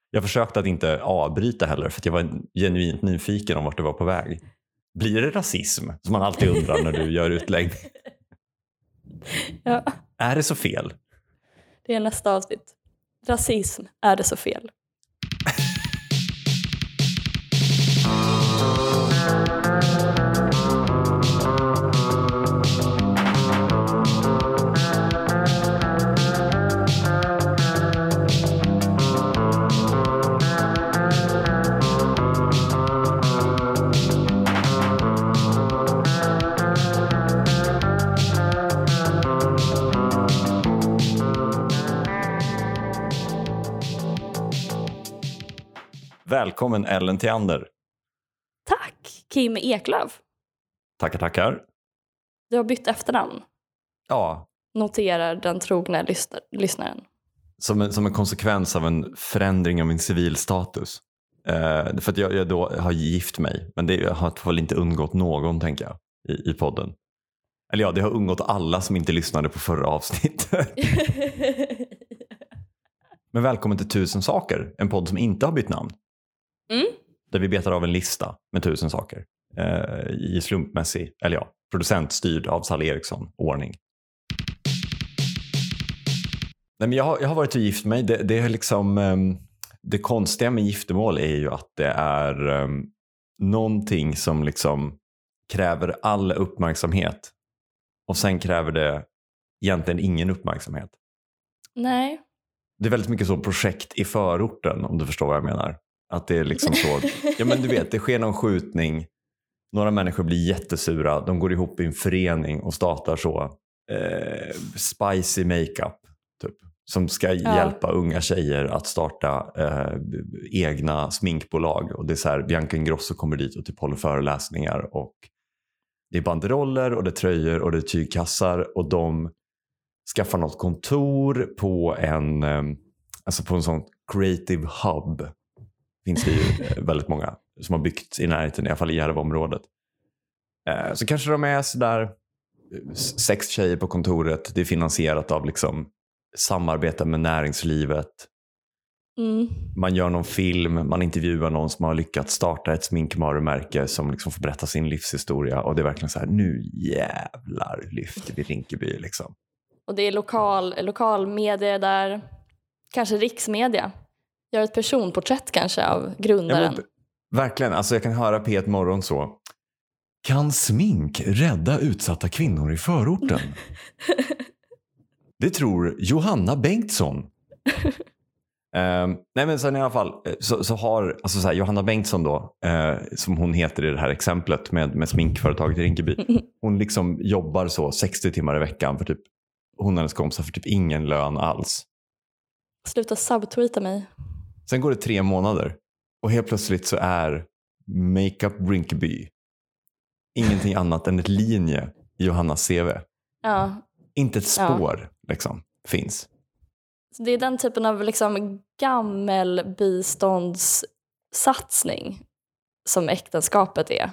Jag försökte att inte avbryta heller för att jag var genuint nyfiken om vart det var på väg. Blir det rasism? Som man alltid undrar när du gör utlägg. Ja. Är det så fel? Det är nästa avsnitt. Rasism, är det så fel? Välkommen Ellen Theander. Tack, Kim Eklöf. Tackar. Du har bytt efternamn. Ja. Noterar den trogna lyssnaren. Som en konsekvens av en förändring av min civilstatus. För att jag då har gift mig. Men det har väl inte undgått någon, tänker jag, i podden. Eller ja, det har undgått alla som inte lyssnade på förra avsnittet. Men välkommen till 1000 saker. En podd som inte har bytt namn. Där vi betar av en lista med 1000 saker. I slumpmässig, eller ja, producentstyrd av Sally Eriksson ordning. Nej, men jag har varit och gift mig. Det är liksom... Det konstiga med giftermål är ju att det är någonting som liksom kräver all uppmärksamhet. Och sen kräver det egentligen ingen uppmärksamhet. Nej. Det är väldigt mycket så projekt i förorten, om du förstår vad jag menar. Att det är liksom så... Ja, men du vet, det sker någon skjutning. Några människor blir jättesura. De går ihop i en förening och startar så spicy makeup typ. Som ska hjälpa unga tjejer att starta egna sminkbolag. Och det är så här, Bianca Ingrosso kommer dit och typ håller föreläsningar. Och det är banderoller och det är tröjor och det är tygkassar. Och de skaffar något kontor på på en sån creative hub. Finns det ju väldigt många som har byggt i närheten, i alla fall i Järvaområdet. Så kanske de är så där 6 tjejer på kontoret. Det är finansierat av liksom samarbete med näringslivet. Man gör någon film, man intervjuar någon som har lyckats starta ett sminkvarumärke som liksom får berätta sin livshistoria. Och det är verkligen så här, nu jävlar lyfter vi Rinkeby liksom. Och det är lokal media där, kanske riksmedia. Gör ett personporträtt kanske av grundaren. Ja, verkligen, alltså jag kan höra P1 Morgon så. Kan smink rädda utsatta kvinnor i förorten? Det tror Johanna Bengtsson. Nej, men sen i alla fall så har alltså så här, Johanna Bengtsson då, som hon heter i det här exemplet med sminkföretaget i Rinkeby. Hon liksom jobbar så 60 timmar i veckan för typ, hon och hennes kompisar för typ ingen lön alls. Sluta subtweeta mig. Sen går det 3 månader och helt plötsligt så är Makeup Rinkeby ingenting annat än ett linje i Johannas CV. Ja. Inte ett spår liksom finns. Så det är den typen av liksom gammel biståndssatsning som äktenskapet är.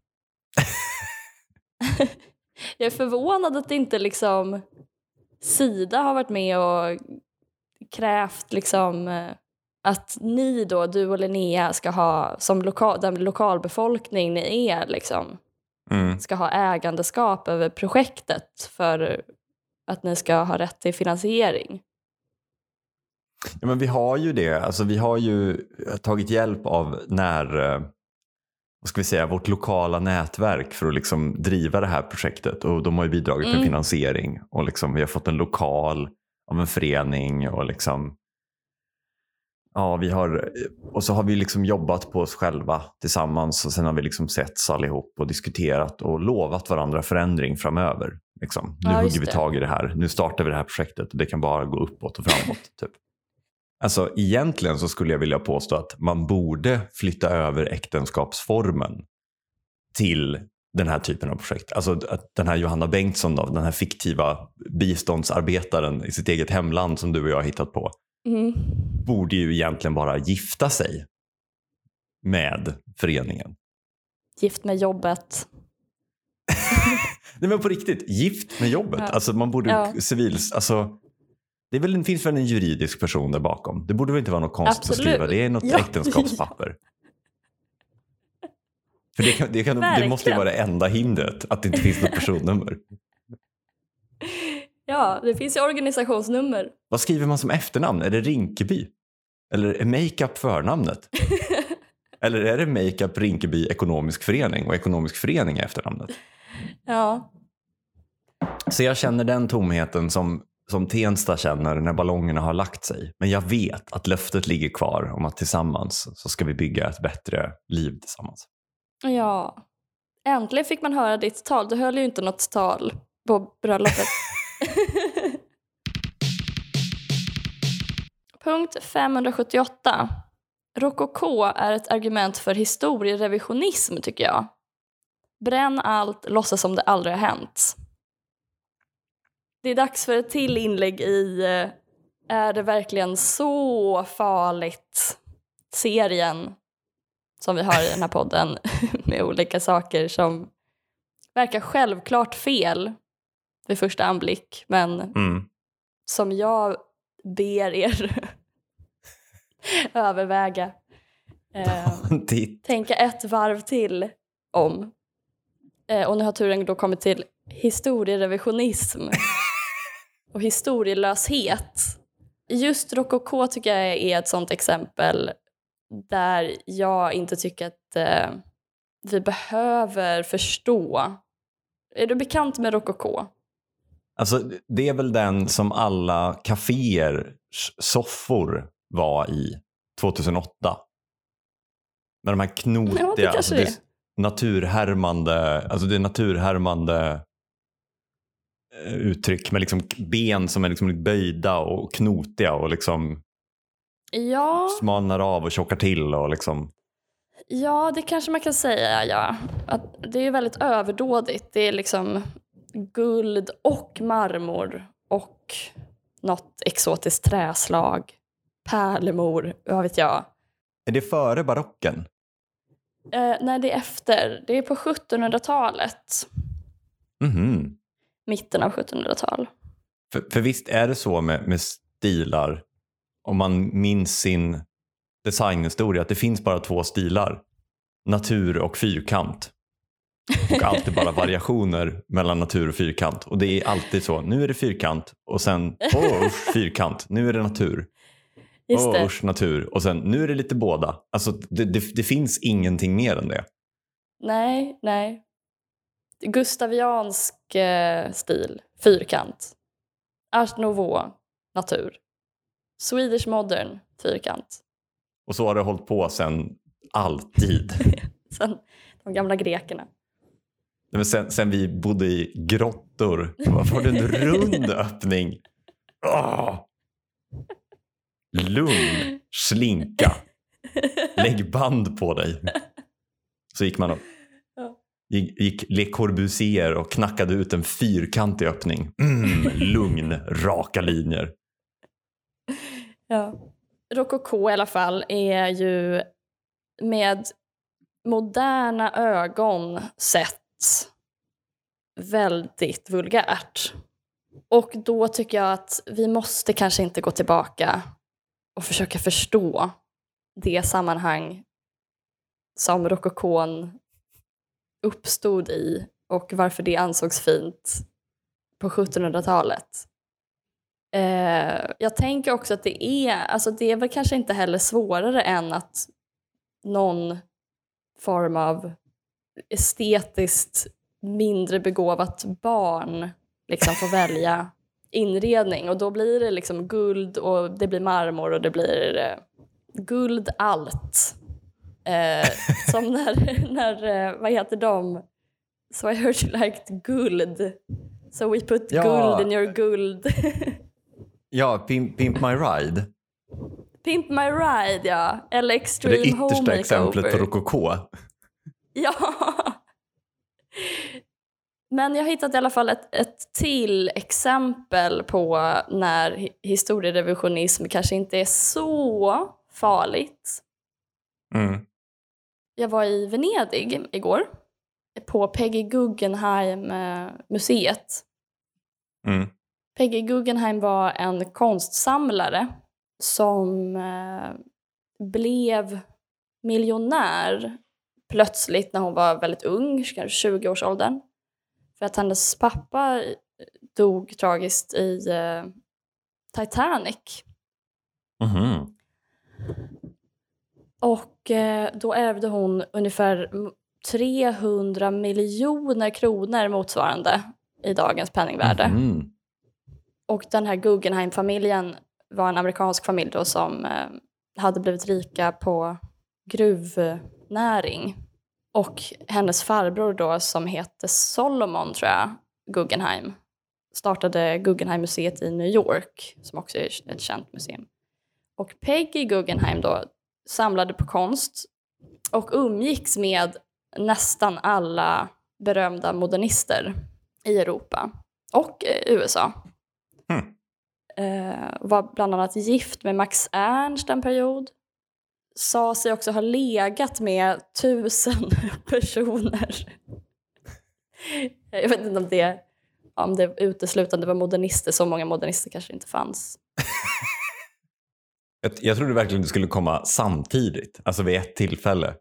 Jag är förvånad att inte liksom Sida har varit med och krävt liksom att ni då, du och Linnea, ska ha som den lokalbefolkning ni är liksom, ska ha ägandeskap över projektet för att ni ska ha rätt till finansiering. Ja, men vi har ju det. Alltså vi har ju tagit hjälp av vad ska vi säga, vårt lokala nätverk för att liksom driva det här projektet. Och de har ju bidragit med finansiering. Och liksom vi har fått en lokal av en förening och liksom... Ja, och så har vi liksom jobbat på oss själva tillsammans och sen har vi liksom setts allihop och diskuterat och lovat varandra förändring framöver. Liksom. Nu hugger vi tag i det här, nu startar vi det här projektet och det kan bara gå uppåt och framåt. Typ. Alltså egentligen så skulle jag vilja påstå att man borde flytta över äktenskapsformen till den här typen av projekt. Alltså att den här Johanna Bengtsson då, den här fiktiva biståndsarbetaren i sitt eget hemland som du och jag har hittat på. Borde ju egentligen bara gifta sig med föreningen. Gift med jobbet. Nej, men på riktigt, gift med jobbet. Alltså man borde alltså Det finns väl en juridisk person där bakom. Det borde väl inte vara något konstigt att skriva. Det är något äktenskapspapper. För det måste ju vara det enda hindret. Att det inte finns något personnummer. Ja, det finns ju organisationsnummer. Vad skriver man som efternamn? Är det Rinkeby? Eller är makeup förnamnet? Eller är det makeup Rinkeby ekonomisk förening och ekonomisk förening är efternamnet? Ja. Så jag känner den tomheten som Tensta känner när ballongerna har lagt sig. Men jag vet att löftet ligger kvar om att tillsammans så ska vi bygga ett bättre liv tillsammans. Ja. Äntligen fick man höra ditt tal. Du höll ju inte något tal på bröllopet. Punkt 578. Rokoko är ett argument för historierevisionism, tycker jag. Bränn allt, låtsas som det aldrig har hänt. Det är dags för ett till inlägg i Är det verkligen så farligt? Serien som vi har i den här podden med olika saker som verkar självklart fel vid första anblick, men som jag ber er överväga. Tänka ett varv till om. Och nu har turen då kommit till historierevisionism och historielöshet. Just rokoko tycker jag är ett sånt exempel där jag inte tycker att vi behöver förstå. Är du bekant med rokoko? Alltså, det är väl den som alla kaféer soffor var i 2008. Med de här knotiga, det alltså det naturhärmande uttryck med liksom ben som är liksom böjda och knotiga och liksom smalnar av och tjockar till och liksom. Ja, det kanske man kan säga, ja. Att det är väldigt överdådigt. Det är liksom guld och marmor och något exotiskt träslag. Pärlemor, vad vet jag. Är det före barocken? Nej, det är efter. Det är på 1700-talet. Mm-hmm. Mitten av 1700-tal. För visst är det så med stilar, om man minns sin designhistoria, att det finns bara 2 stilar. Natur och fyrkant. Och alltid bara variationer mellan natur och fyrkant. Och det är alltid så, nu är det fyrkant och sen, fyrkant, nu är det natur. Usch, natur. Och sen, nu är det lite båda. Alltså det finns ingenting mer än det. Nej. Gustaviansk stil, fyrkant. Art Nouveau, natur. Swedish modern, fyrkant. Och så har det hållit på sen alltid. Sen de gamla grekerna. Sen vi bodde i grottor. Var det en rund öppning? Lugn, slinka. Lägg band på dig. Så gick man och gick Le Corbusier och knackade ut en fyrkantig öppning. Lugn, raka linjer. Ja. Rokoko i alla fall är ju med moderna ögon sett väldigt vulgärt. Och då tycker jag att vi måste kanske inte gå tillbaka och försöka förstå det sammanhang som rokokon uppstod i och varför det ansågs fint på 1700-talet. Jag tänker också att det är väl kanske inte heller svårare än att någon form av estetiskt mindre begåvat barn liksom får välja inredning, och då blir det liksom guld och det blir marmor och det blir guld allt. Som när vad heter de? So I heard you liked guld. So we put gold in your guld. Ja, Pimp My Ride. Pimp My Ride, ja. Eller Extreme Home Makeover. Det yttersta exemplet på rokoko. Ja. Men jag har hittat i alla fall ett till exempel på när historierevisionism kanske inte är så farligt. Jag var i Venedig igår på Peggy Guggenheim museet. Peggy Guggenheim var en konstsamlare som blev miljonär plötsligt när hon var väldigt ung, kanske 20-årsåldern. För att hennes pappa dog tragiskt i Titanic. Mhm. Och då ärvde hon ungefär 300 miljoner kronor motsvarande i dagens penningvärde. Mhm. Och den här Guggenheim-familjen var en amerikansk familj då som hade blivit rika på gruvnäring. Och hennes farbror då, som heter Solomon tror jag, Guggenheim, startade Guggenheim-museet i New York, som också är ett känt museum. Och Peggy Guggenheim då samlade på konst och umgicks med nästan alla berömda modernister i Europa och USA. Var bland annat gift med Max Ernst en period. Sa sig också ha legat med 1000 personer. Jag vet inte om det uteslutande var modernister. Så många modernister kanske inte fanns. Jag trodde verkligen det skulle komma samtidigt. Alltså vid ett tillfälle.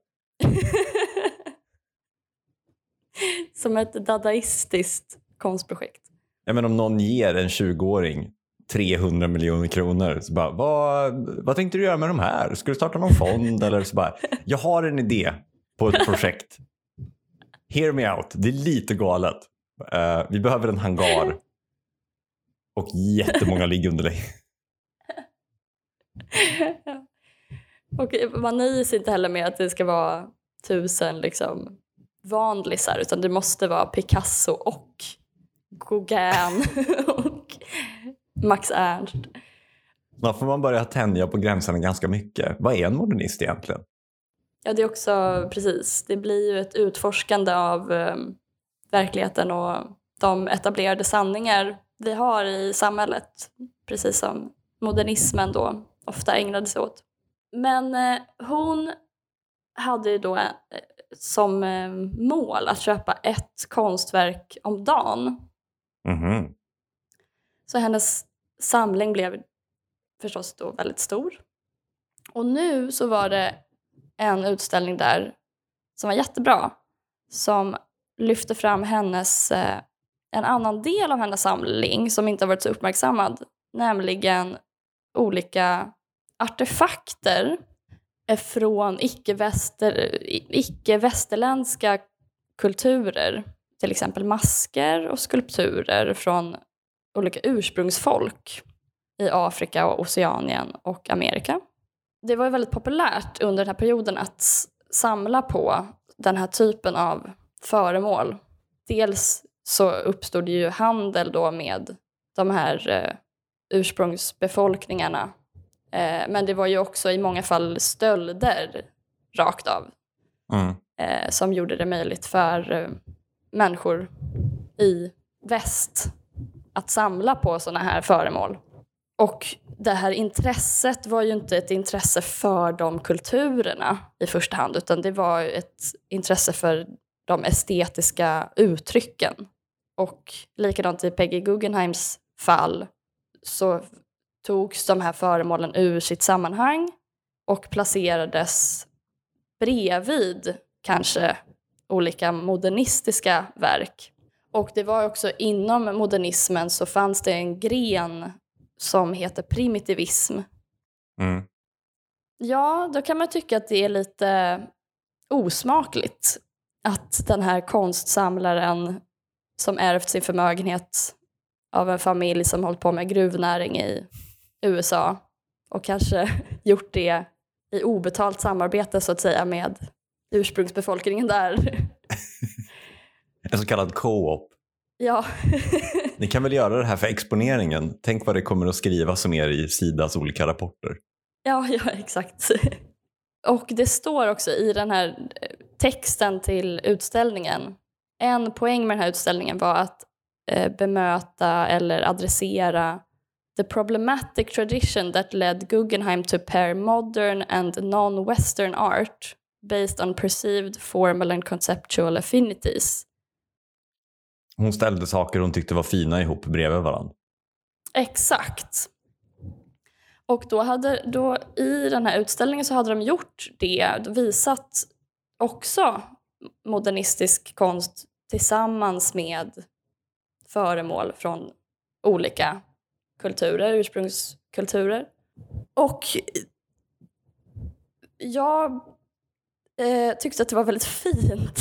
Som ett dadaistiskt konstprojekt. Ja, men om någon ger en 20-åring 300 miljoner kronor så bara, vad tänkte du göra med de här? Ska du starta någon fond? Eller så bara, jag har en idé på ett projekt. Hear me out. Det är lite galet. Vi behöver en hangar. Och jättemånga liggunderlägg. Och man nöjer sig inte heller med att det ska vara 1000 liksom vanlisar, utan det måste vara Picasso och Gauguin och Max Ernst. Då får man börja tänja på gränserna ganska mycket. Vad är en modernist egentligen? Ja, det är också precis. Det blir ju ett utforskande av verkligheten och de etablerade sanningar vi har i samhället. Precis som modernismen då ofta ägnade sig åt. Men hon hade ju då som mål att köpa ett konstverk om dagen. Mhm. Så hennes samling blev förstås då väldigt stor. Och nu så var det en utställning där som var jättebra. Som lyfte fram en annan del av hennes samling som inte har varit så uppmärksammad. Nämligen olika artefakter från icke-västerländska kulturer. Till exempel masker och skulpturer från olika ursprungsfolk i Afrika och Oceanien och Amerika. Det var ju väldigt populärt under den här perioden att samla på den här typen av föremål. Dels så uppstod ju handel då med de här ursprungsbefolkningarna. Men det var ju också i många fall stölder rakt av. Som gjorde det möjligt för människor i väst att samla på såna här föremål. Och det här intresset var ju inte ett intresse för de kulturerna i första hand, utan det var ett intresse för de estetiska uttrycken. Och likadant i Peggy Guggenheims fall så togs de här föremålen ur sitt sammanhang och placerades bredvid kanske olika modernistiska verk. Och det var också inom modernismen så fanns det en gren som heter primitivism. Ja, då kan man tycka att det är lite osmakligt att den här konstsamlaren som ärvt sin förmögenhet av en familj som hållit på med gruvnäring i USA och kanske gjort det i obetalt samarbete så att säga med ursprungsbefolkningen där. En så kallad co-op. Ja. Ni kan väl göra det här för exponeringen. Tänk vad det kommer att skrivas om er i Sidas olika rapporter. Ja, exakt. Och det står också i den här texten till utställningen. En poäng med den här utställningen var att bemöta eller adressera the problematic tradition that led Guggenheim to pair modern and non-western art based on perceived formal and conceptual affinities. Hon ställde saker hon tyckte var fina ihop bredvid varandra. Exakt. Och då i den här utställningen så hade de gjort det, visat också modernistisk konst tillsammans med föremål från olika kulturer, ursprungskulturer. Och jag tyckte att det var väldigt fint.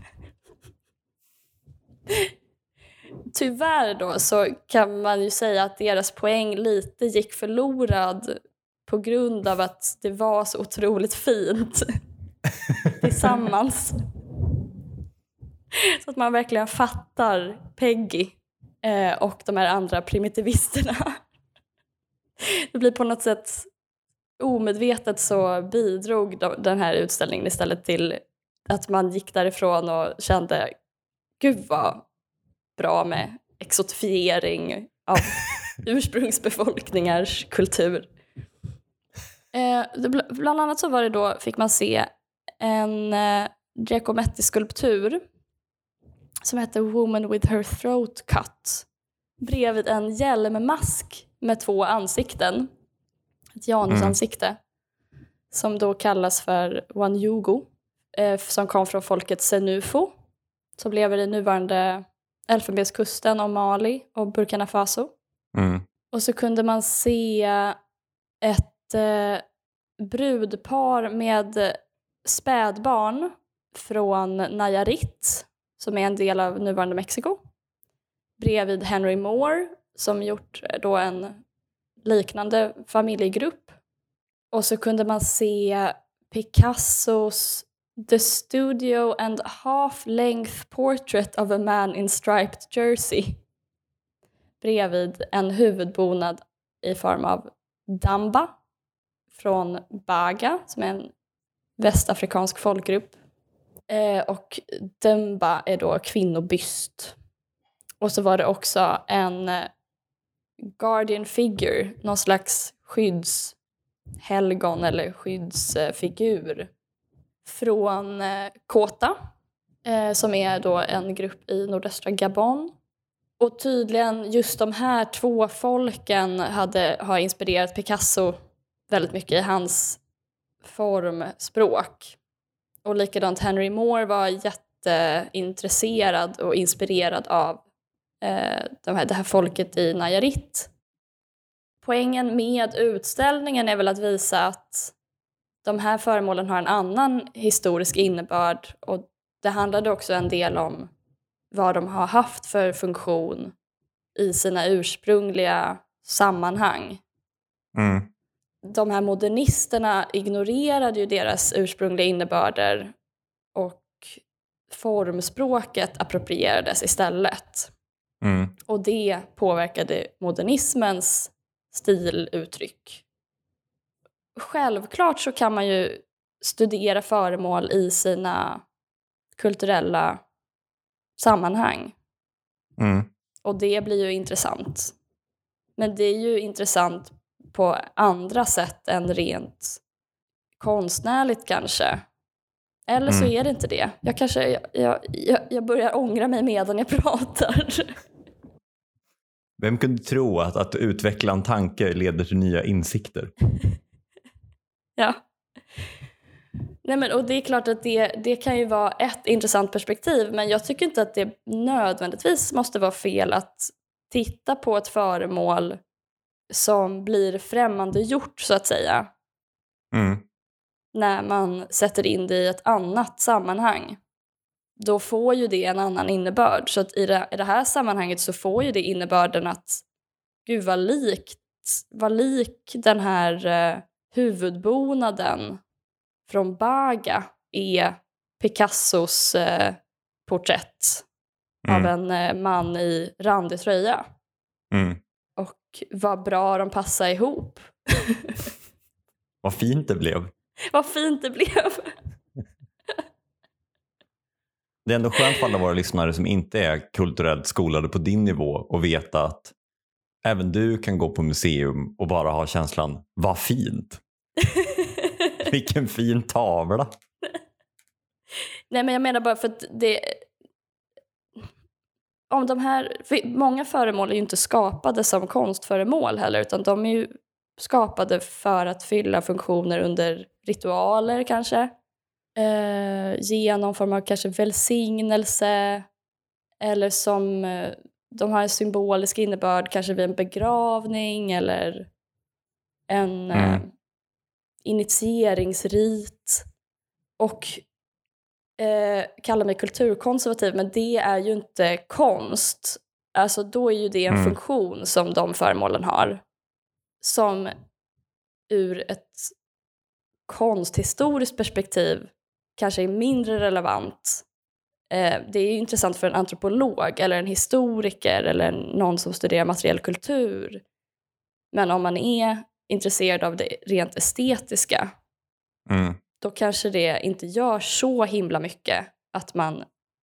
Tyvärr då så kan man ju säga att deras poäng lite gick förlorad på grund av att det var så otroligt fint tillsammans. Så att man verkligen fattar Peggy och de här andra primitivisterna. Det blir på något sätt omedvetet så bidrog den här utställningen istället till att man gick därifrån och kände gud vad bra med exotifiering av ursprungsbefolkningars kultur. Bland annat så var det då, fick man se en Giacometti-skulptur som heter Woman with her throat cut bredvid en hjälmmask med 2 ansikten. Ett janusansikte som då kallas för Wanyugu som kom från folket Senufo som lever i nuvarande Elfenbenskusten och Mali och Burkina Faso. Och så kunde man se ett brudpar med spädbarn från Nayarit som är en del av nuvarande Mexiko. Bredvid Henry Moore som gjort då en liknande familjegrupp. Och så kunde man se Picassos The Studio and Half-Length Portrait of a Man in Striped Jersey bredvid en huvudbonad i form av Damba från Baga som är en västafrikansk folkgrupp. Och Damba är då kvinnobyst. Och så var det också en guardian figure, någon slags skyddshelgon eller skyddsfigur från Kota som är då en grupp i nordöstra Gabon. Och tydligen just de här 2 folken har inspirerat Picasso väldigt mycket i hans formspråk. Och likadant Henry Moore var jätteintresserad och inspirerad av det här folket i Nayarit. Poängen med utställningen är väl att visa att de här föremålen har en annan historisk innebörd och det handlade också en del om vad de har haft för funktion i sina ursprungliga sammanhang. De här modernisterna ignorerade ju deras ursprungliga innebörder och formspråket approprierades istället. Och det påverkade modernismens stiluttryck. Självklart så kan man ju studera föremål i sina kulturella sammanhang. Och det blir ju intressant. Men det är ju intressant på andra sätt än rent konstnärligt kanske. Eller så är det inte det. Jag börjar ångra mig medan jag pratar. Vem kunde tro att utveckla en tanke leder till nya insikter? Ja. Nej men, och det är klart att det kan ju vara ett intressant perspektiv, men jag tycker inte att det nödvändigtvis måste vara fel att titta på ett föremål som blir främmande gjort så att säga. När man sätter in det i ett annat sammanhang. Då får ju det en annan innebörd. Så att i det här sammanhanget så får ju det innebörden att gud vad lik den här huvudbonaden från Baga är Picassos porträtt av en man i randig tröja. Och vad bra de passar ihop. Vad fint det blev. Vad fint det blev. Det är ändå skönt för alla våra lyssnare som inte är kulturellt skolade på din nivå och veta att även du kan gå på museum och bara ha känslan, vad fint. Vilken fin tavla. Nej men jag menar bara för att om de här, många föremål är ju inte skapade som konstföremål heller, utan de är ju skapade för att fylla funktioner under ritualer kanske. Ge någon form av kanske välsignelse, eller som de har en symbolisk innebörd kanske vid en begravning eller en initieringsrit. Och kallar mig kulturkonservativ, men det är ju inte konst. Alltså då är ju det en funktion som de föremålen har, som ur ett konsthistoriskt perspektiv kanske är mindre relevant. Det är ju intressant för en antropolog eller en historiker eller någon som studerar materiell kultur. Men om man är intresserad av det rent estetiska, då kanske det inte gör så himla mycket att man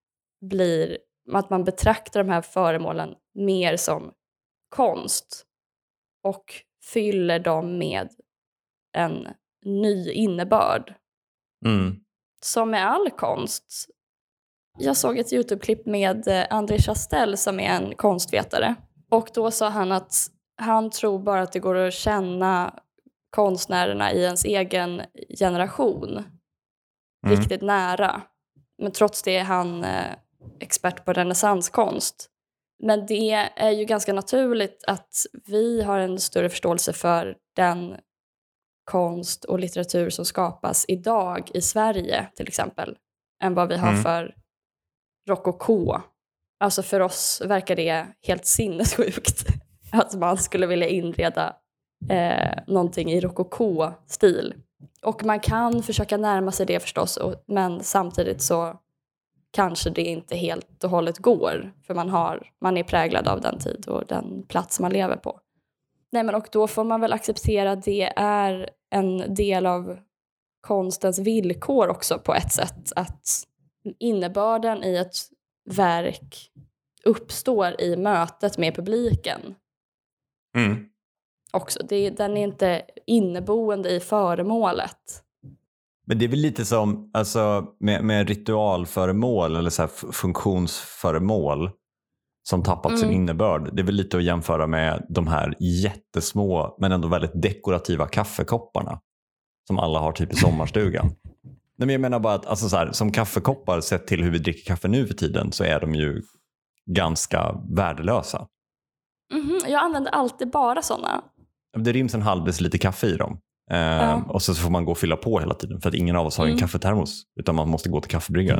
betraktar de här föremålen mer som konst och fyller dem med en ny innebörd. Som med all konst. Jag såg ett YouTube-klipp med André Chastel som är en konstvetare. Och då sa han att han tror bara att det går att känna konstnärerna i ens egen generation riktigt nära. Men trots det är han expert på renässanskonst. Men det är ju ganska naturligt att vi har en större förståelse för den konst och litteratur som skapas idag i Sverige till exempel, än vad vi har för rokoko. Alltså för oss verkar det helt sinnessjukt att man skulle vilja inreda någonting i rokoko-stil. Och man kan försöka närma sig det förstås, men samtidigt så kanske det inte helt och hållet går, för man är präglad av den tid och den plats man lever på. Nej, men och då får man väl acceptera att det är en del av konstens villkor också på ett sätt, att innebörden i ett verk uppstår i mötet med publiken. Också. Den är inte inneboende i föremålet. Men det är väl lite som alltså, med ritualföremål eller så här funktionsföremål som tappat sin innebörd. Det är väl lite att jämföra med de här jättesmå men ändå väldigt dekorativa kaffekopparna som alla har typ i sommarstugan. Nej, men jag menar bara att alltså, så här, som kaffekoppar sett till hur vi dricker kaffe nu för tiden så är de ju ganska värdelösa. Jag använder alltid bara sådana. Det ryms en halv deciliter kaffe i dem. Och så får man gå och fylla på hela tiden för att ingen av oss har en kaffetermos utan man måste gå till kaffebryggaren.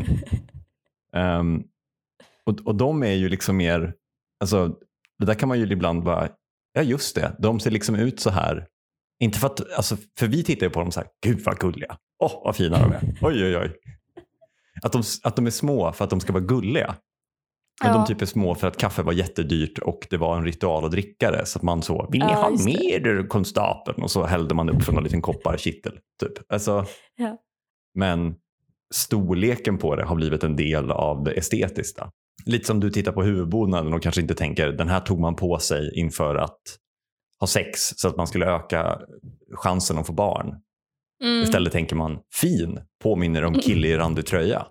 Och de är ju liksom mer, alltså det där kan man ju ibland bara, ja just det, de ser liksom ut så här, inte för att, alltså för vi tittar ju på dem så här, gud vad gulliga, vad fina de är, oj. Att de är små för att de ska vara gulliga. Men de typ är små för att kaffe var jättedyrt och det var en ritual att dricka det. Så att man så, vill ni ha mer konstapeln? Och så hällde man upp från en liten kopparkittel. Typ. Alltså, men storleken på det har blivit en del av det estetiska. Lite som du tittar på huvudbonaden och kanske inte tänker, den här tog man på sig inför att ha sex. Så att man skulle öka chansen att få barn. Istället tänker man, fin, påminner om kille i randig tröja.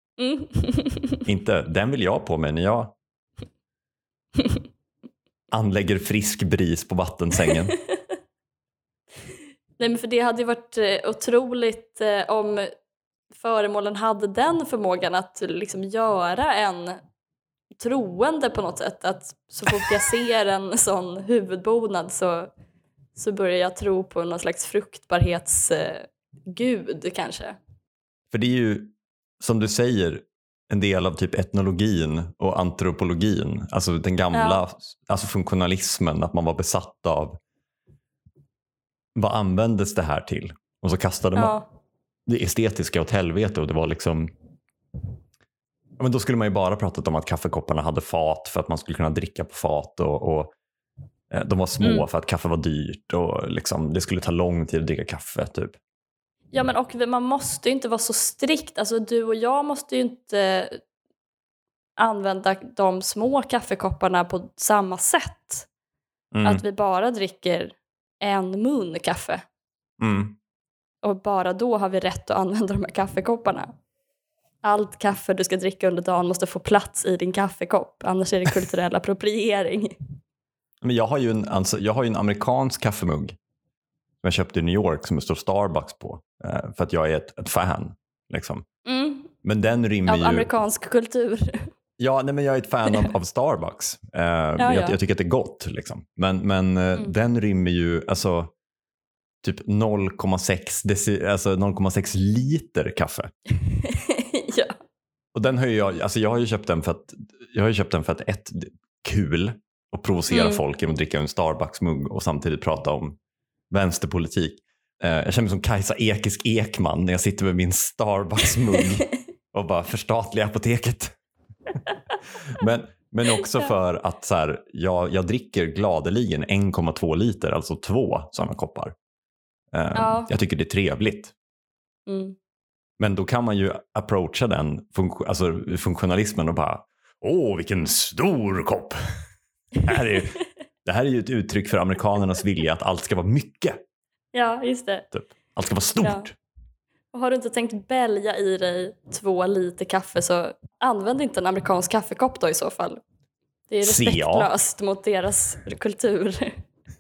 Inte, den vill jag på mig när jag anlägger frisk bris på vattensängen. Nej, men för det hade ju varit otroligt om föremålen hade den förmågan att liksom göra en troende på något sätt. Att så fort jag ser en sån huvudbonad så börjar jag tro på någon slags fruktbarhetsgud kanske. För det är ju, som du säger, en del av typ etnologin och antropologin. Alltså den gamla alltså funktionalismen, att man var besatt av vad användes det här till? Och så kastade man det estetiska åt helvete och det var liksom, ja, men då skulle man ju bara pratat om att kaffekopparna hade fat för att man skulle kunna dricka på fat och de var små för att kaffe var dyrt och liksom, det skulle ta lång tid att dricka kaffe typ. Ja, men och man måste ju inte vara så strikt. Alltså du och jag måste ju inte använda de små kaffekopparna på samma sätt. Att vi bara dricker en mun kaffe. Och bara då har vi rätt att använda de här kaffekopparna. allt kaffe du ska dricka under dagen måste få plats i din kaffekopp. Annars är det kulturell appropriering. Men jag har ju en amerikansk kaffemugg som jag köpte i New York som det står Starbucks på. För att jag är ett fan. Liksom. Men den rymmer av ju... amerikansk kultur. Ja, nej, men jag är ett fan av Starbucks. Jag tycker att det är gott. Liksom. Men den rymmer ju alltså, typ 0,6 liter kaffe. Ja. Och den jag har ju köpt den för att ett kul och provocera folk genom att dricka en Starbucks-mugg och samtidigt prata om vänsterpolitik. Jag känner mig som Kajsa Ekman när jag sitter med min Starbucks-mugg och bara förstatliga apoteket. men också för att så här, jag dricker gladeligen 1,2 liter, alltså 2 sådana koppar. Jag tycker det är trevligt. Men då kan man ju approacha den funktionalismen och bara, vilken stor kopp. Det här är ju ett uttryck för amerikanernas vilja att allt ska vara mycket. Ja, just det. Typ. Allt ska vara stort. Ja. Och har du inte tänkt bälja i dig 2 liter kaffe, så använd inte en amerikansk kaffekopp då i så fall. Det är respektlöst mot deras kultur.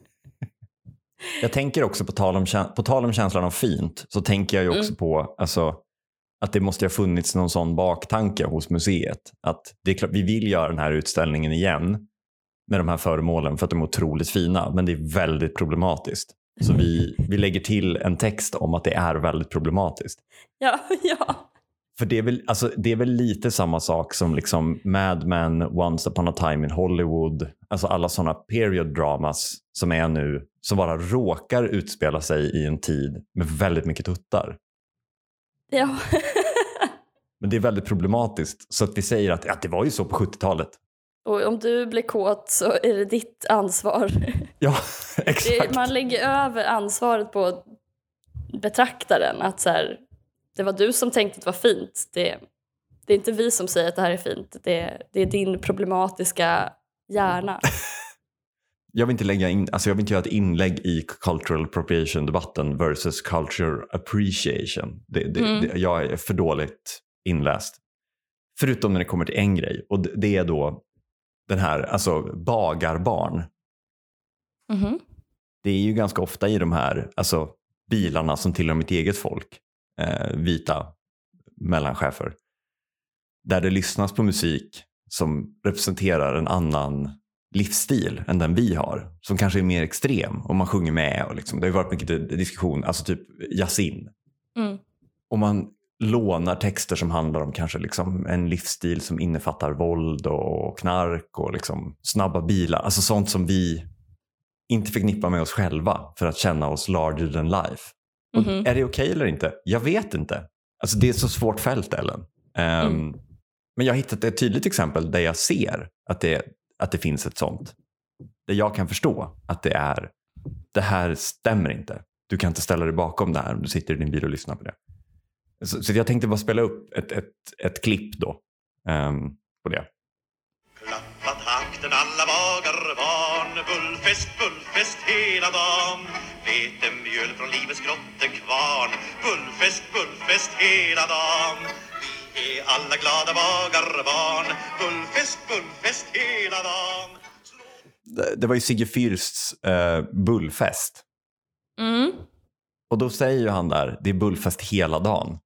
Jag tänker också på tal om känslan av fint, så tänker jag ju också på att det måste ha funnits någon sån baktanke hos museet. Att det är klart, vi vill göra den här utställningen igen med de här föremålen för att de är otroligt fina, men det är väldigt problematiskt. Så vi lägger till en text om att det är väldigt problematiskt. Ja. För det är väl lite samma sak som liksom Mad Men, Once upon a time in Hollywood. Alltså alla sådana period dramas som är nu, som bara råkar utspela sig i en tid med väldigt mycket tuttar. Ja. Men det är väldigt problematiskt. Så att vi säger att det var ju så på 70-talet. Och om du blir kåt så är det ditt ansvar. Ja, exakt. Man lägger över ansvaret på betraktaren. Att så här, det var du som tänkte att det var fint. Det är inte vi som säger att det här är fint. Det är din problematiska hjärna. Jag vill inte göra ett inlägg i cultural appropriation-debatten versus culture appreciation. Jag är för dåligt inläst. Förutom när det kommer till en grej. Och det är då den här, bagarbarn. Det är ju ganska ofta i de här bilarna som tillhör mitt eget folk. Vita mellanchefer. Där det lyssnas på musik som representerar en annan livsstil än den vi har. Som kanske är mer extrem och man sjunger med. Och liksom, det har ju varit mycket diskussion, typ Yasin. Och man lånar texter som handlar om kanske liksom en livsstil som innefattar våld och knark och liksom snabba bilar. Alltså sånt som vi inte förknippar med oss själva för att känna oss larger than life. Och är det okej eller inte? Jag vet inte. Alltså det är så svårt fält, Ellen. Men jag har hittat ett tydligt exempel där jag ser att det finns ett sånt. Där jag kan förstå att det här stämmer inte. Du kan inte ställa dig bakom det här om du sitter i din bil och lyssnar på det. Så jag tänkte bara spela upp ett klipp då på det. Klappa takten alla bagarbarn, bullfest, bullfest hela dagen. Vetemjöl från livets grottekvarn, bullfest, bullfest hela dagen. Vi är alla glada bagarbarn, bullfest, bullfest hela dagen. Det var ju Sigge Fürsts bullfest. Och då säger ju han där, det är bullfest hela dagen.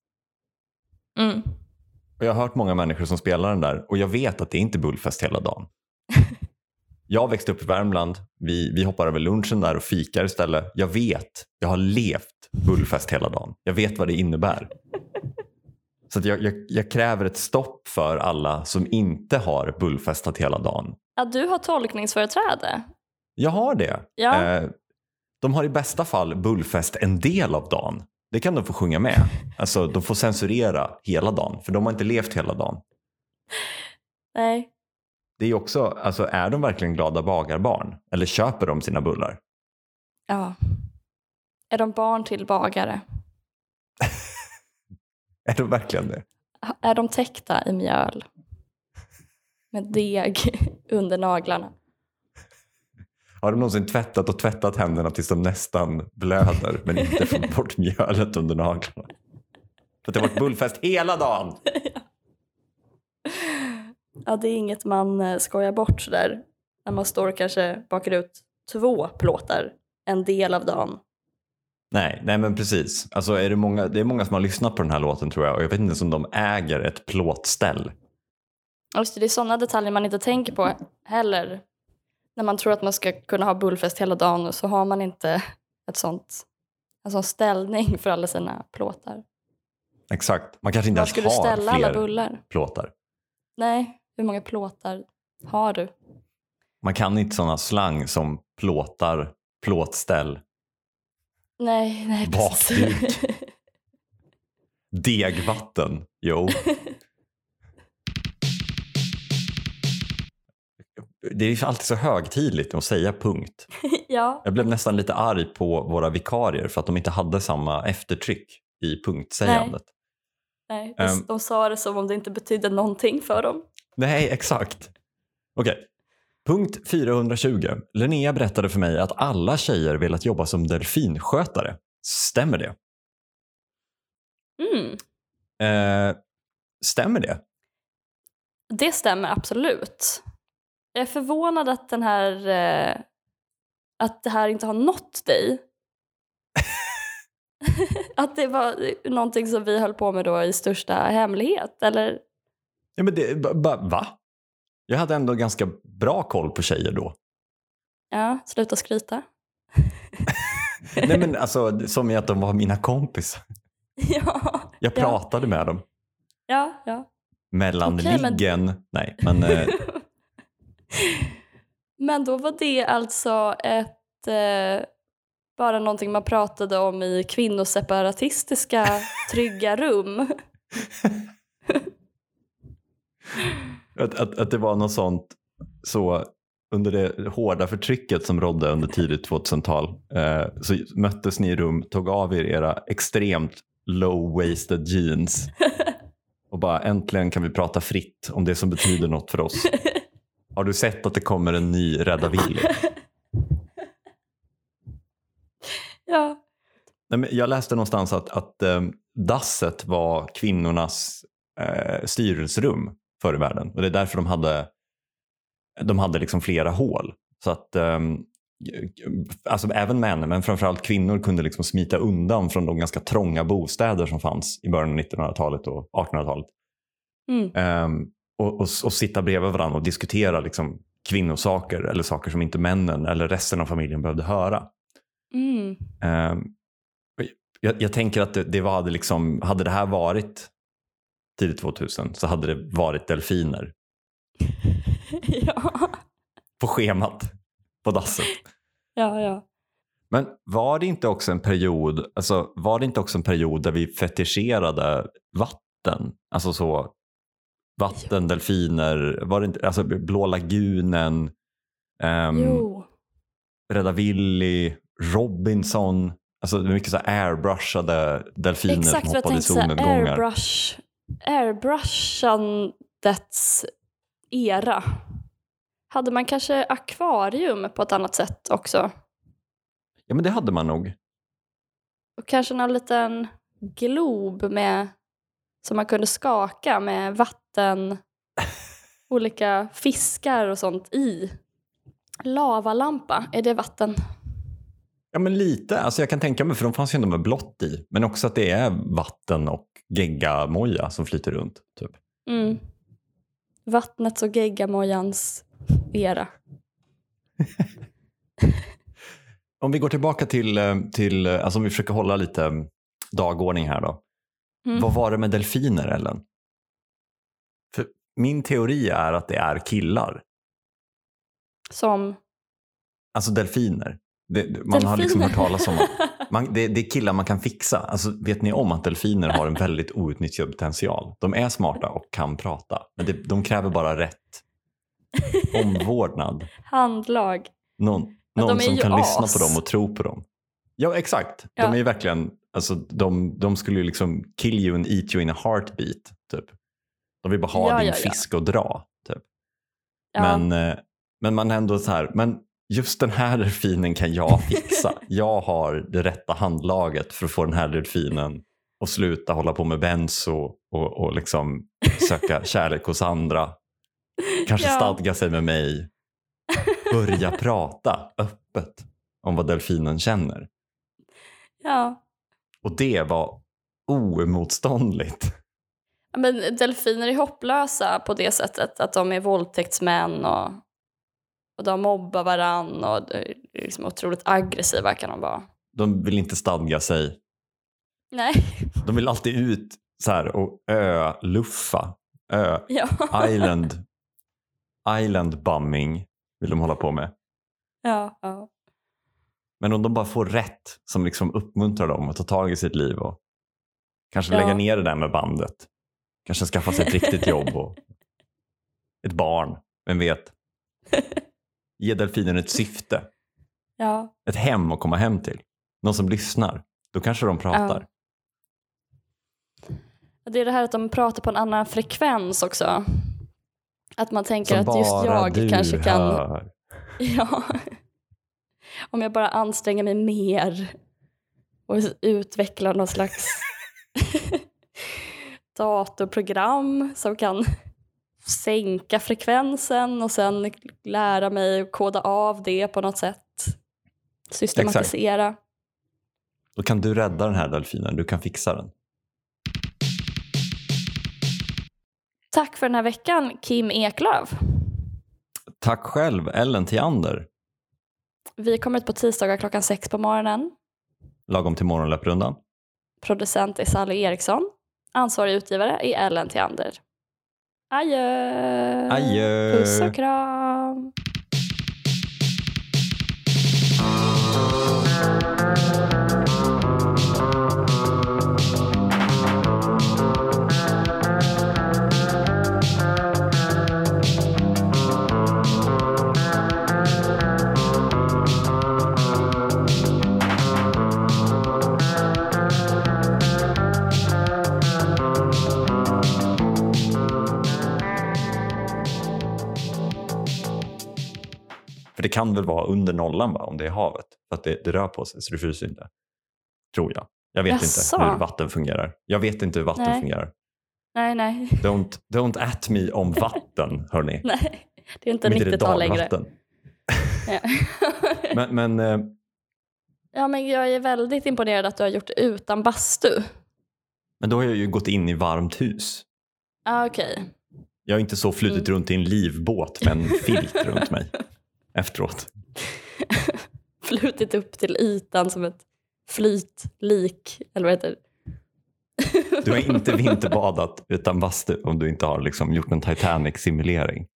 Och jag har hört många människor som spelar den där. Och jag vet att det är inte bullfest hela dagen. Jag växte upp i Värmland. Vi hoppar över lunchen där och fikar istället. Jag har levt bullfest hela dagen. Jag vet vad det innebär. Så att jag kräver ett stopp för alla som inte har bullfestat hela dagen. Ja, du har tolkningsföreträde. Jag har det. Ja. De har i bästa fall bullfest en del av dagen. Det kan de få sjunga med. Alltså, de får censurera hela dagen. För de har inte levt hela dagen. Nej. Det är också, är de verkligen glada bagarbarn? Eller köper de sina bullar? Ja. Är de barn till bagare? Är de verkligen det? Är de täckta i mjöl? Med deg under naglarna? Har de någonsin tvättat händerna tills de nästan blöder men inte får bort mjölet under naglarna? För att det har varit bullfest hela dagen. Ja, det är inget man skojar bort sådär. När man står och kanske bakar ut 2 plåtar en del av dagen. Nej men precis. Alltså det är många som har lyssnat på den här låten tror jag. Och jag vet inte om de äger ett plåtställ. Just det är sådana detaljer man inte tänker på heller. När man tror att man ska kunna ha bullfest hela dagen och så har man inte en sån ställning för alla sina plåtar. Exakt. Man kanske inte Var ens ska du har ställa fler alla bullar? plåtar. Nej, hur många plåtar har du? Man kan inte sådana slang som plåtar, plåtställ, Nej precis. bakduk, degvatten. Jo. Det är alltid så högtidligt att säga punkt. Ja. Jag blev nästan lite arg på våra vikarier för att de inte hade samma eftertryck i punktsägandet. Nej, de sa det som om det inte betydde någonting för dem. Nej, exakt. Okej. Punkt 420. Linnea berättade för mig att alla tjejer velat jobba som delfinskötare. Stämmer det? Stämmer det? Det stämmer absolut. Jag är förvånad att att det här inte har nått dig. Att det var någonting som vi höll på med då i största hemlighet, eller? Ja, men va? Jag hade ändå ganska bra koll på tjejer då. Ja, sluta skryta. Nej men alltså, som i att de var mina kompisar. Ja. Jag pratade med dem. Ja. Mellanliggen. Okay, nej, men... Men då var det alltså bara någonting man pratade om i kvinnoseparatistiska trygga rum. Att det var något sånt så under det hårda förtrycket som rådde under tidigt 2000-tal så möttes ni i rum, tog av er era extremt low-waisted jeans och bara äntligen kan vi prata fritt om det som betyder något för oss. Har du sett att det kommer en ny Rädda Willy? Ja. Nej, men jag läste någonstans att dasset var kvinnornas styrelserum förr i världen. Och det är därför de hade liksom flera hål. Så att alltså även män, men framförallt kvinnor kunde liksom smita undan från de ganska trånga bostäder som fanns i början av 1900-talet och 1800-talet. Och sitta bredvid varandra och diskutera liksom kvinnosaker eller saker som inte männen eller resten av familjen behövde höra. Jag tänker att det var liksom, hade det här varit tidigt 2000 så hade det varit delfiner. Ja. På schemat. På dasset. Ja. Men var det inte också en period där vi fetischerade vatten? Alltså så vatten, delfiner, var det inte, alltså Blå lagunen, Rädda Willy, Robinson, alltså det är mycket så här airbrushade delfiner. Exakt, som hoppade i solnedgångar. Airbrushandets era. Hade man kanske akvarium på ett annat sätt också? Ja, men det hade man nog. Och kanske någon liten glob med som man kunde skaka med vatten, olika fiskar och sånt i. Lavalampa, är det vatten? Ja, men lite. Alltså jag kan tänka mig, för de fanns ju ändå med blått i. Men också att det är vatten och geggamoja som flyter runt. Typ. Vattnets och geggamojans era. Om vi går tillbaka till alltså om vi försöker hålla lite dagordning här då. Vad var det med delfiner, Ellen? För min teori är att det är killar. Som? Alltså delfiner. Man har liksom hört talas om att det är killar man kan fixa. Alltså, vet ni om att delfiner har en väldigt outnyttjad potential? De är smarta och kan prata. Men de kräver bara rätt omvårdnad. Handlag. Någon som kan lyssna på dem och tro på dem. Ja, exakt. Ja. De är ju verkligen, alltså de skulle ju liksom kill you and eat you in a heartbeat, typ. De vill bara ha din fisk och dra, typ. Ja. Men man är ändå så här, men just den här delfinen kan jag fixa. Jag har det rätta handlaget för att få den här delfinen att sluta hålla på med benzo och liksom söka kärlek hos andra. Kanske stadga sig med mig. Börja prata öppet om vad delfinen känner. Ja. Och det var oemotståndligt. Men delfiner är hopplösa på det sättet att de är våldtäktsmän och de mobbar varann och är liksom otroligt aggressiva kan de vara. De vill inte stadga sig. Nej. De vill alltid ut så här och luffa. Ja. Island bumming vill de hålla på med. Ja. Men om de bara får rätt som liksom uppmuntrar dem att ta tag i sitt liv och kanske lägga ner det där med bandet. Kanske skaffa sig ett riktigt jobb och ett barn, vem vet. Ge delfinen ett syfte. Ja. Ett hem att komma hem till. Någon som lyssnar. Då kanske de pratar. Ja. Det är det här att de pratar på en annan frekvens också. Att man tänker som att just bara jag du kanske kan... hör. Ja. Om jag bara anstränger mig mer och utvecklar någon slags datorprogram som kan sänka frekvensen och sen lära mig att koda av det på något sätt. Systematisera. Exakt. Då kan du rädda den här delfinen. Du kan fixa den. Tack för den här veckan, Kim Eklöf. Tack själv, Ellen Theander. Vi kommer ut på tisdagar 6:00 på morgonen. Lagom till morgonlöprundan. Producent är Sally Eriksson. Ansvarig utgivare är Ellen Theander. Adjö! Adjö! Puss och kram! För det kan väl vara under nollan, va, om det är havet. För att det rör på sig så det fryser inte. Tror jag. Jag vet inte hur vatten fungerar. Jag vet inte hur vatten fungerar. Nej. Don't at me om vatten, hörni. Nej, det är inte 90-tal längre. Ja. men ja, men jag är väldigt imponerad att du har gjort det utan bastu. Men då har jag ju gått in i varmt hus. Okej. Jag har inte så flutit runt i en livbåt med en filt runt mig efteråt. Flutit upp till ytan som ett flytlik, eller vad heter det? Du har inte vinterbadat utan bastu om du inte har liksom gjort en Titanic-simulering.